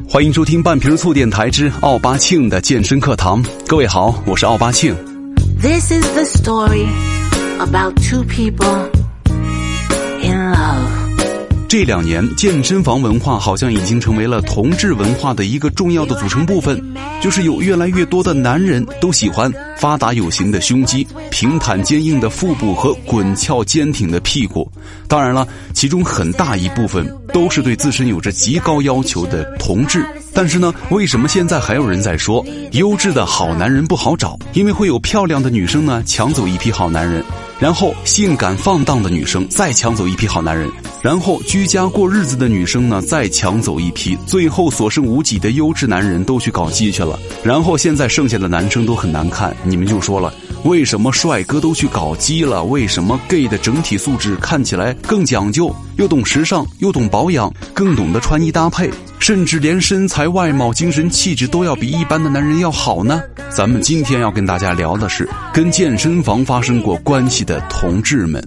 欢迎收听半瓶醋电台之奥巴庆的健身课堂。各位好，我是奥巴庆。 This is the story about two people in love。 这2年健身房文化好像已经成为了同志文化的一个重要的组成部分，就是有越来越多的男人都喜欢发达有型的胸肌、平坦坚硬的腹部和滚翘坚挺的屁股。当然了，其中很大一部分都是对自身有着极高要求的同志。但是呢，为什么现在还有人在说优质的好男人不好找？因为会有漂亮的女生呢抢走一批好男人，然后性感放荡的女生再抢走一批好男人，然后居家过日子的女生呢再抢走一批，最后所剩无几的优质男人都去搞基去了。然后现在剩下的男生都很难看，你们就说了，为什么帅哥都去搞基了？为什么 gay 的整体素质看起来更讲究，又懂时尚，又懂保养，更懂得穿衣搭配，甚至连身材外貌精神气质都要比一般的男人要好呢？咱们今天要跟大家聊的是跟健身房发生过关系的同志们。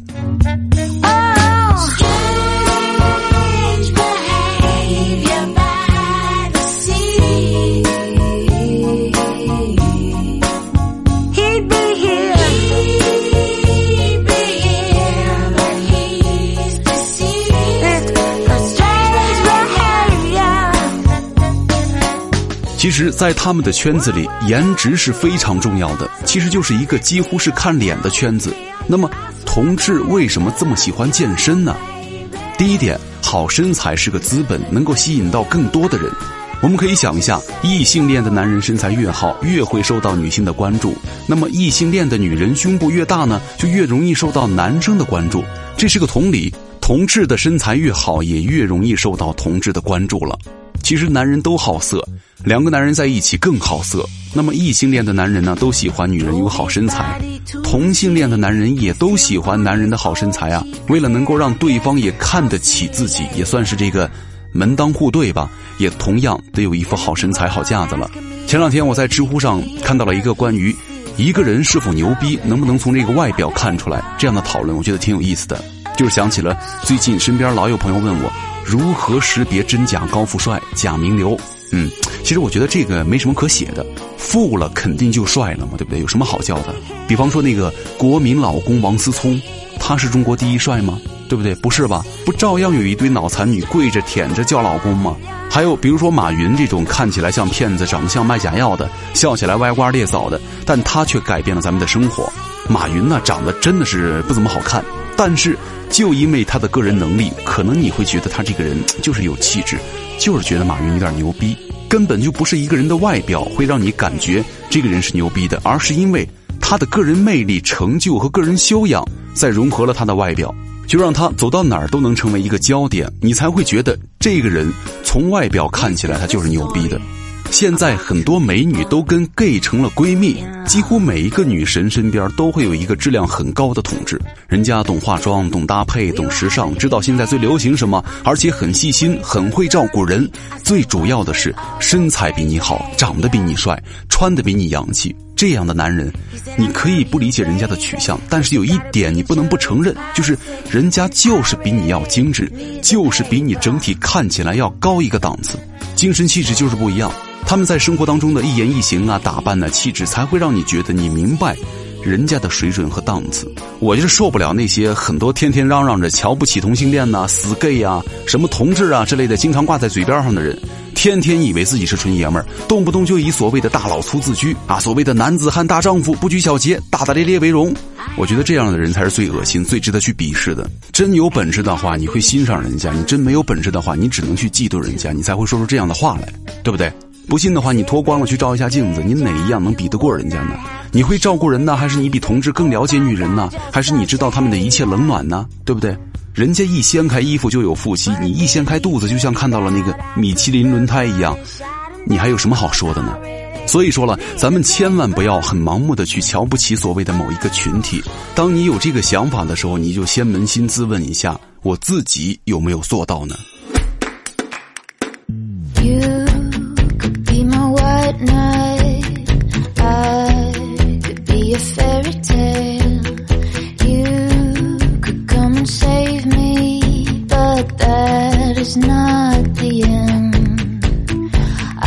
其实在他们的圈子里，颜值是非常重要的，其实就是一个几乎是看脸的圈子。那么同志为什么这么喜欢健身呢？第一点，好身材是个资本，能够吸引到更多的人。我们可以想一下，异性恋的男人身材越好，越会受到女性的关注，那么异性恋的女人胸部越大呢，就越容易受到男生的关注。这是个同理，同志的身材越好，也越容易受到同志的关注了。其实男人都好色，2个男人在一起更好色。那么异性恋的男人呢，都喜欢女人有好身材，同性恋的男人也都喜欢男人的好身材啊。为了能够让对方也看得起自己，也算是这个门当户对吧，也同样得有一副好身材好架子了。前2天我在知乎上看到了一个关于一个人是否牛逼能不能从这个外表看出来这样的讨论，我觉得挺有意思的。就是想起了最近身边老有朋友问我如何识别真假高富帅假名流。其实我觉得这个没什么可写的，富了肯定就帅了嘛，对不对？有什么好叫的？比方说那个国民老公王思聪，他是中国第一帅吗？对不对？不是吧？不照样有一堆脑残女跪着舔着叫老公吗？还有比如说马云这种看起来像骗子，长得像卖假药的，笑起来歪瓜裂枣的，但他却改变了咱们的生活。马云呢，长得真的是不怎么好看，但是就因为他的个人能力，可能你会觉得他这个人就是有气质，就是觉得马云有点牛逼。根本就不是一个人的外表会让你感觉这个人是牛逼的，而是因为他的个人魅力、成就和个人修养再融合了他的外表，就让他走到哪儿都能成为一个焦点，你才会觉得这个人从外表看起来他就是牛逼的。现在很多美女都跟 gay 成了闺蜜，几乎每一个女神身边都会有一个质量很高的同志，人家懂化妆、懂搭配、懂时尚，知道现在最流行什么，而且很细心，很会照顾人，最主要的是身材比你好，长得比你帅，穿得比你洋气。这样的男人，你可以不理解人家的取向，但是有一点你不能不承认，就是人家就是比你要精致，就是比你整体看起来要高一个档次，精神气质就是不一样。他们在生活当中的一言一行啊、打扮啊、气质，才会让你觉得你明白人家的水准和档次。我就是受不了那些很多天天嚷嚷着瞧不起同性恋啊、死 gay 啊、什么同志啊之类的，经常挂在嘴边上的人，天天以为自己是纯爷们儿，动不动就以所谓的大老粗自居啊，所谓的男子汉大丈夫，不拘小节，大大咧咧为荣。我觉得这样的人才是最恶心、最值得去鄙视的。真有本事的话，你会欣赏人家；你真没有本事的话，你只能去嫉妒人家，你才会说出这样的话来，对不对？不信的话，你脱光了去照一下镜子，你哪一样能比得过人家呢？你会照顾人呢，还是你比同志更了解女人呢？还是你知道他们的一切冷暖呢？对不对？人家一掀开衣服就有腹肌，你一掀开肚子就像看到了那个米其林轮胎一样，你还有什么好说的呢？所以说了，咱们千万不要很盲目的去瞧不起所谓的某一个群体。当你有这个想法的时候，你就先扪心自问一下，我自己有没有做到呢？ You could be my white knight, I could be a fairy tale. You could come and save me, but that is not the end.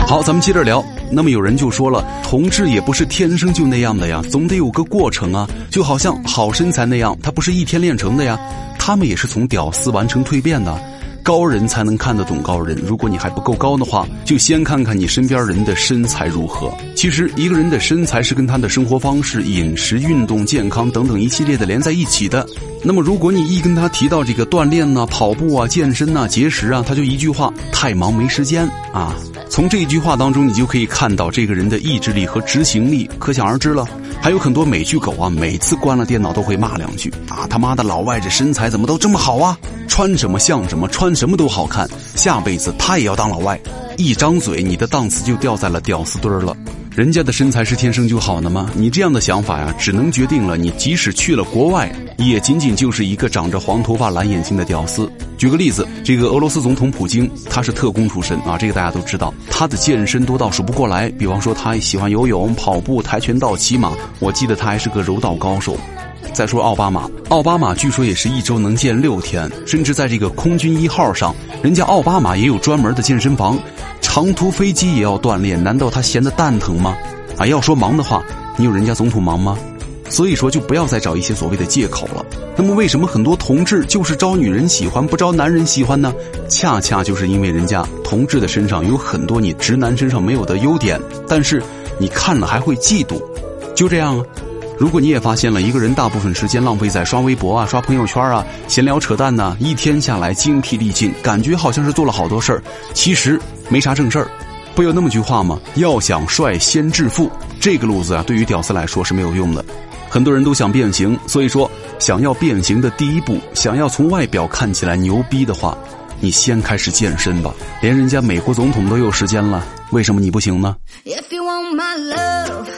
好，咱们接着聊。那么有人就说了，同志也不是天生就那样的呀，总得有个过程啊，就好像好身材那样，它不是一天练成的呀，他们也是从屌丝完成蜕变的。高人才能看得懂高人，如果你还不够高的话，就先看看你身边人的身材如何。其实一个人的身材是跟他的生活方式、饮食、运动、健康等等一系列的连在一起的。那么如果你一跟他提到这个锻炼啊、跑步啊、健身啊、节食啊，他就一句话：太忙没时间啊。从这一句话当中，你就可以看到这个人的意志力和执行力，可想而知了。还有很多美剧狗啊，每次关了电脑都会骂两句啊，他妈的老外这身材怎么都这么好啊，穿什么像什么，穿什么都好看，下辈子他也要当老外。一张嘴你的档次就掉在了屌丝堆了。人家的身材是天生就好的吗？你这样的想法呀，只能决定了你即使去了国外，也仅仅就是一个长着黄头发蓝眼睛的屌丝。举个例子，这个俄罗斯总统普京，他是特工出身啊，这个大家都知道，他的健身多到数不过来。比方说他喜欢游泳、跑步、跆拳道、骑马，我记得他还是个柔道高手。再说奥巴马据说也是一周能健6天，甚至在这个空军1号上，人家奥巴马也有专门的健身房，长途飞机也要锻炼，难道他闲得蛋疼吗？啊，要说忙的话，你有人家总统忙吗？所以说就不要再找一些所谓的借口了。那么为什么很多同志就是招女人喜欢不招男人喜欢呢？恰恰就是因为人家同志的身上有很多你直男身上没有的优点，但是你看了还会嫉妒，就这样啊。如果你也发现了一个人大部分时间浪费在刷微博啊、刷朋友圈啊、闲聊扯淡呢，一天下来精疲力尽，感觉好像是做了好多事儿，其实没啥正事儿。不有那么句话吗？要想帅先致富，这个路子啊，对于屌丝来说是没有用的。很多人都想变形，所以说想要变形的第一步，想要从外表看起来牛逼的话，你先开始健身吧。连人家美国总统都有时间了，为什么你不行呢？ If you want my love,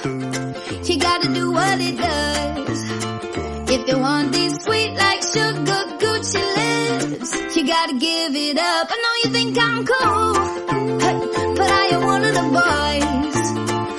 you gotta do what it does. If you want these sweet like sugar Gucci lips, you gotta give it up. I know you think I'm cool, but I am one of the boys.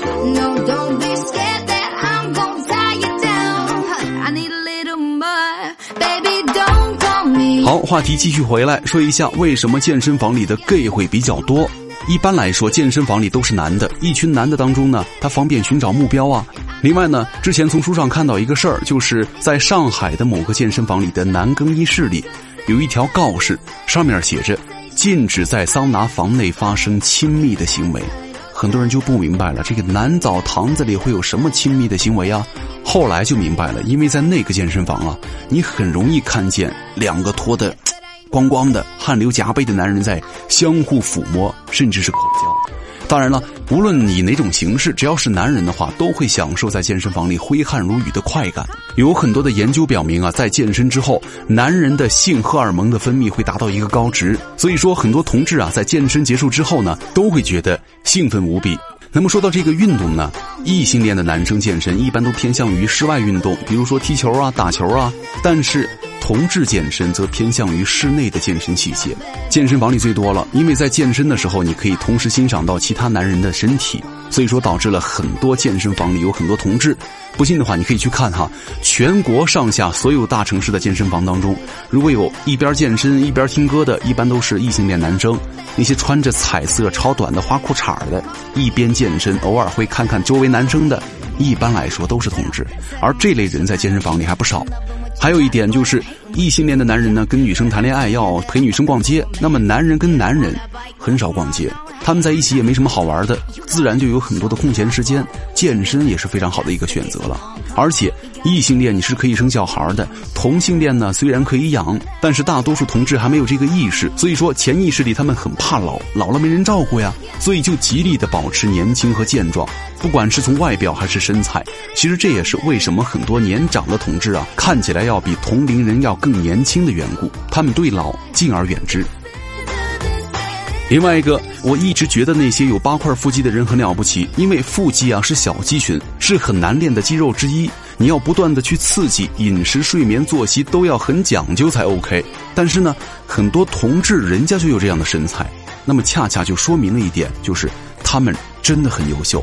No, don't be scared that I'm gonna tie you down. I need a little more, baby, don't call me. 好，话题继续回来，说一下为什么健身房里的 gay 会比较多。一般来说，健身房里都是男的，一群男的当中呢，他方便寻找目标啊。另外呢，之前从书上看到一个事儿，就是在上海的某个健身房里的男更衣室里，有一条告示，上面写着禁止在桑拿房内发生亲密的行为。很多人就不明白了，这个男澡堂子里会有什么亲密的行为啊？后来就明白了，因为在那个健身房啊，你很容易看见两个脱得光光的汗流浃背的男人在相互抚摸，甚至是口交。当然了，无论你哪种形式，只要是男人的话，都会享受在健身房里挥汗如雨的快感。有很多的研究表明啊，在健身之后，男人的性荷尔蒙的分泌会达到一个高值，所以说很多同志啊，在健身结束之后呢，都会觉得兴奋无比。那么说到这个运动呢，异性恋的男生健身一般都偏向于室外运动，比如说踢球啊、打球啊，但是同志健身则偏向于室内的健身器械。健身房里最多了，因为在健身的时候你可以同时欣赏到其他男人的身体，所以说导致了很多健身房里有很多同志。不信的话你可以去看哈，全国上下所有大城市的健身房当中，如果有一边健身一边听歌的，一般都是异性恋男生。那些穿着彩色超短的花裤衩的，一边健身偶尔会看看周围男生的，一般来说都是同志。而这类人在健身房里还不少。还有一点就是，异性恋的男人呢，跟女生谈恋爱要陪女生逛街，那么男人跟男人很少逛街，他们在一起也没什么好玩的，自然就有很多的空闲时间，健身也是非常好的一个选择了。而且异性恋你是可以生小孩的，同性恋呢虽然可以养，但是大多数同志还没有这个意识，所以说潜意识里他们很怕老了没人照顾呀，所以就极力的保持年轻和健壮，不管是从外表还是身材。其实这也是为什么很多年长的同志啊，看起来要比同龄人要更年轻的缘故，他们对老敬而远之。另外一个，我一直觉得那些有8块腹肌的人很了不起，因为腹肌啊是小肌群，是很难练的肌肉之一，你要不断的去刺激，饮食、睡眠、作息都要很讲究才 OK。但是呢，很多同志人家就有这样的身材，那么恰恰就说明了一点，就是他们真的很优秀。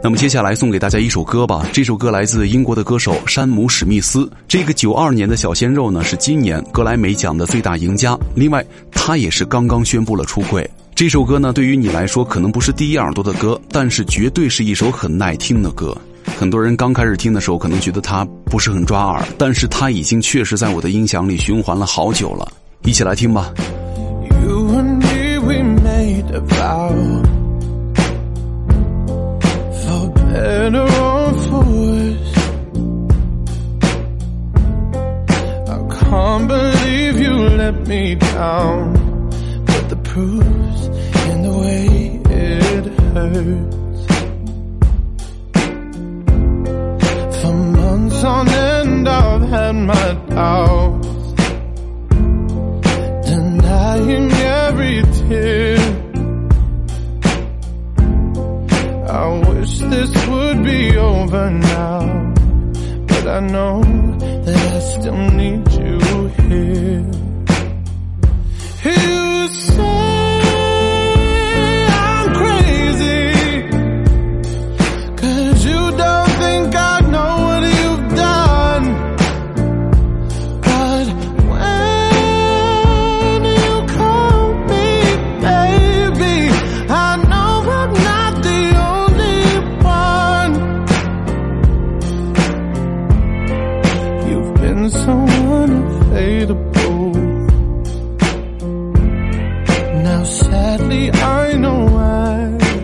那么接下来送给大家一首歌吧，这首歌来自英国的歌手山姆史密斯。这个92年的小鲜肉呢，是今年格莱美奖的最大赢家，另外他也是刚刚宣布了出柜。这首歌呢，对于你来说可能不是第一耳朵的歌，但是绝对是一首很耐听的歌。很多人刚开始听的时候可能觉得它不是很抓耳，但是它已经确实在我的音响里循环了好久了。一起来听吧。 You and me, we made a vow, for better or for worse. I can't believe you let me down, but the proof's in the way it hurts. For months on end I've had my doubts, denying every tear. I wish this would be over now, but I know that I still need you here. You say I'm crazy, 'cause you don't think I know what you've done. But when you call me baby, I know I'm not the only one. You've been so unavailable. Now sadly I know why.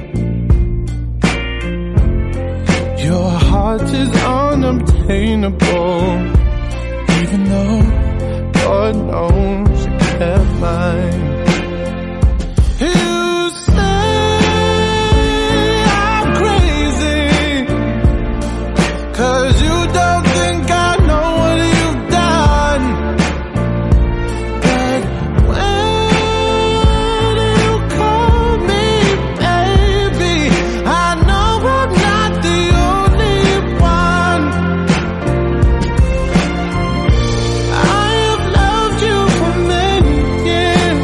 Your heart is unobtainable, even though God knows you kept mine. You say I'm crazy, 'cause you don't think I know what you've done. But when you call me baby, I know I'm not the only one. I have loved you for many years.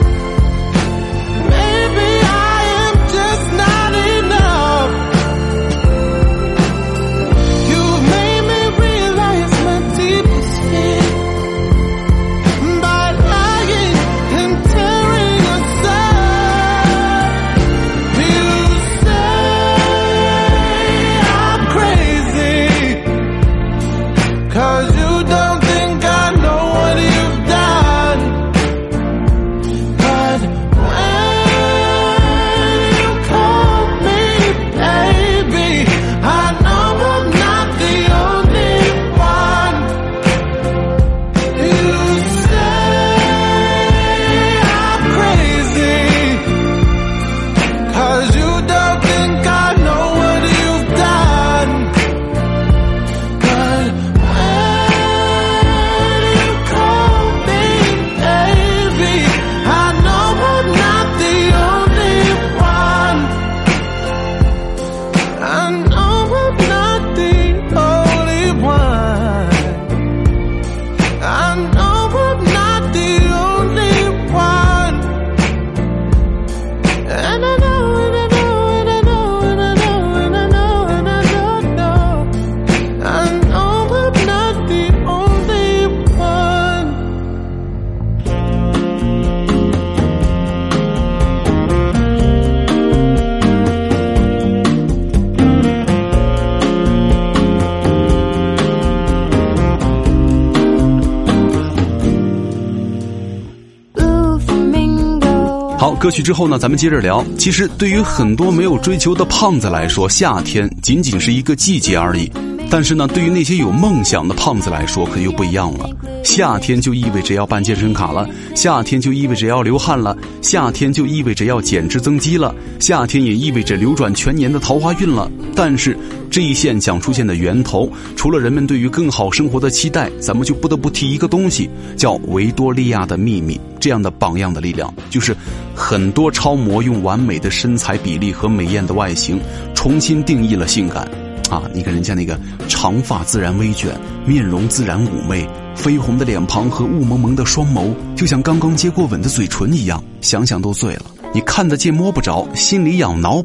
Maybe I am just not enough. You've made me realize my deepest fear by lying and tearing us apart. You say I'm crazy, 'cause you don't think I know what you've done. But when you call me baby, I know I'm not the only one. You say I'm crazy, 'cause you don't think I know what you've done. But when you call me baby, I know I'm not the only one. I know I'm not the only one. I know I'm not the only one. And I know, and I know, and I know, and I know, and I know, and I know. I know I'm not the only one. 好，歌曲之后呢，咱们接着聊。其实对于很多没有追求的胖子来说，夏天仅仅是一个季节而已。但是呢，对于那些有梦想的胖子来说，可又不一样了。夏天就意味着要办健身卡了，夏天就意味着要流汗了，夏天就意味着要减脂增肌了，夏天也意味着流转全年的桃花运了。但是这一现象出现的源头，除了人们对于更好生活的期待，咱们就不得不提一个东西，叫维多利亚的秘密。这样的榜样的力量，就是很多超模用完美的身材比例和美艳的外形，重新定义了性感。啊，你看人家那个长发自然微卷，面容自然妩媚，绯红的脸庞和雾蒙蒙的双眸，就像刚刚接过吻的嘴唇一样，想想都醉了。你看得见摸不着，心里痒挠不到，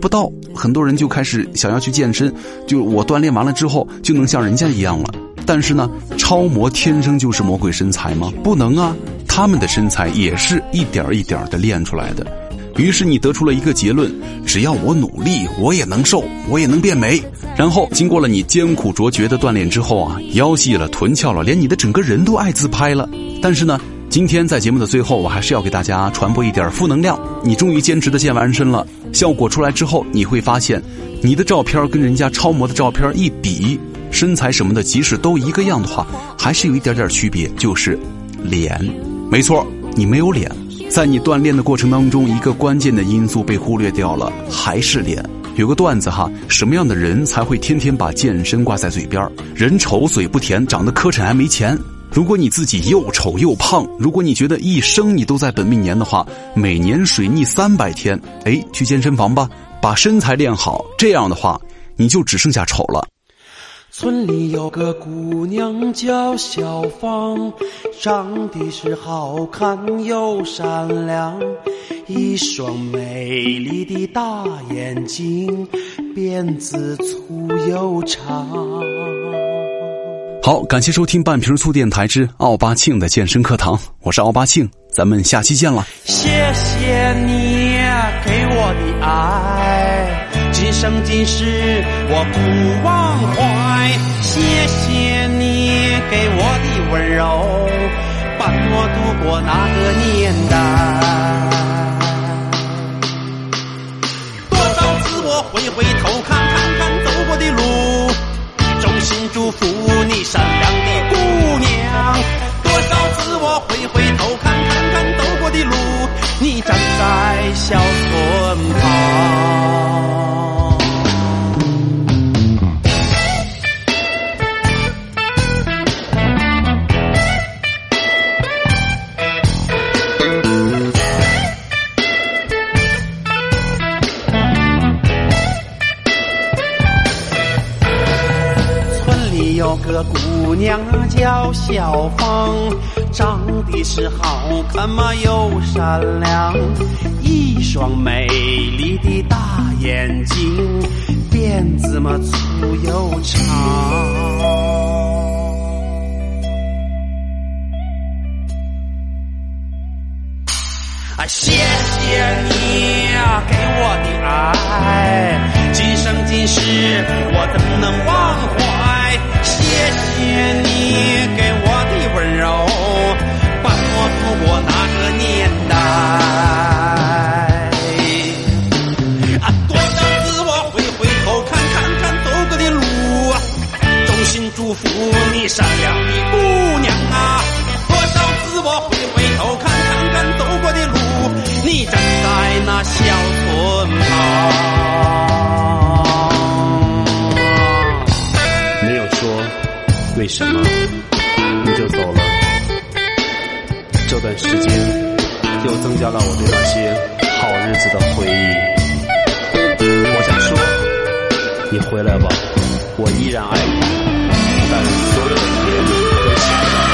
很多人就开始想要去健身，就我锻炼完了之后就能像人家一样了。但是呢，超模天生就是魔鬼身材吗？不能啊，他们的身材也是一点一点的练出来的。于是你得出了一个结论，只要我努力，我也能瘦，我也能变美。然后经过了你艰苦卓绝的锻炼之后啊，腰细了，臀翘了，连你的整个人都爱自拍了。但是呢，今天在节目的最后，我还是要给大家传播一点负能量。你终于坚持的健完身了，效果出来之后，你会发现你的照片跟人家超模的照片一比，身材什么的即使都一个样的话，还是有一点点区别，就是脸。没错，你没有脸。在你锻炼的过程当中，一个关键的因素被忽略掉了，还是脸。有个段子哈，什么样的人才会天天把健身挂在嘴边？人丑嘴不甜，长得磕碜还没钱。如果你自己又丑又胖，如果你觉得一生你都在本命年的话，每年水逆300天，去健身房吧，把身材练好，这样的话你就只剩下丑了。 村里有个姑娘叫小芳，长得是好看又善良，一双美丽的大眼睛，辫子粗又长。 好，感谢收听半瓶醋电台之奥巴庆的健身课堂，我是奥巴庆，咱们下期见了。 谢谢你给我的爱，今生今世我不忘怀。谢谢你给我的温柔，伴我度过那个年代。多少次我回头看走过的路，衷心祝福你善良的姑娘。多少次我回头看走过的路，你站在小村旁。有个姑娘叫小芳，长得是好看嘛又善良，一双美丽的大眼睛，辫子嘛粗又长。谢谢你给我的爱，今生今世我怎能忘怀？谢谢你给我的温柔，伴我度过那个年代。多少次我回头看走过的路，衷心祝福你善良的姑娘啊。多少次我回头看走过的路，你站在那小村旁。 没有说为什么你就走了，这段时间又增加了我对那些好日子的回忆。我想说，你回来吧，我依然爱你，但所有的甜和咸